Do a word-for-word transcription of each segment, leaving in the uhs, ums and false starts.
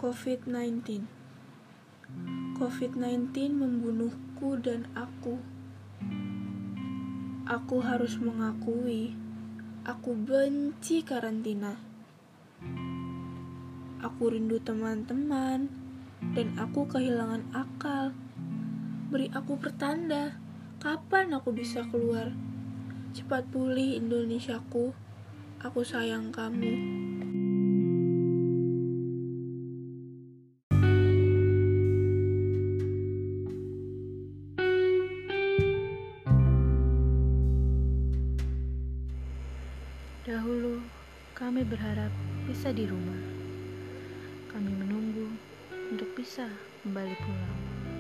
covid sembilan belas. covid sembilan belas membunuhku dan aku. Aku harus mengakui, aku benci karantina. Aku rindu teman-teman, dan aku kehilangan akal. Beri aku pertanda, kapan aku bisa keluar? Cepat pulih Indonesiaku, aku sayang kamu. Dahulu, kami berharap bisa di rumah. Kami menunggu untuk bisa kembali pulang.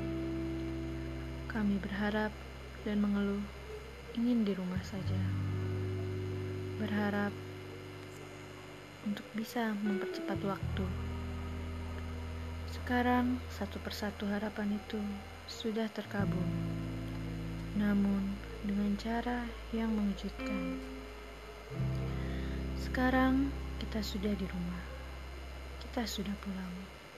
Kami berharap dan mengeluh ingin di rumah saja. Berharap untuk bisa mempercepat waktu. Sekarang, satu persatu harapan itu sudah terkabul. Namun, dengan cara yang mengejutkan. Sekarang, kita sudah di rumah. Kita sudah pulang.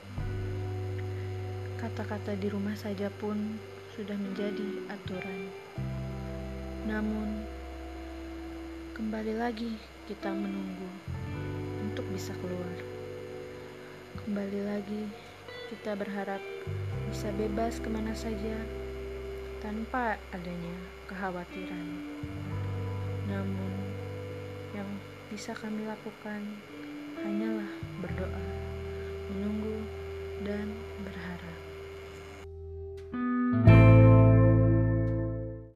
Kata-kata di rumah saja pun sudah menjadi aturan. Namun, kembali lagi kita menunggu untuk bisa keluar. Kembali lagi kita berharap bisa bebas kemana saja tanpa adanya kekhawatiran. Namun, yang bisa kami lakukan hanyalah berdoa, menunggu, dan berharap.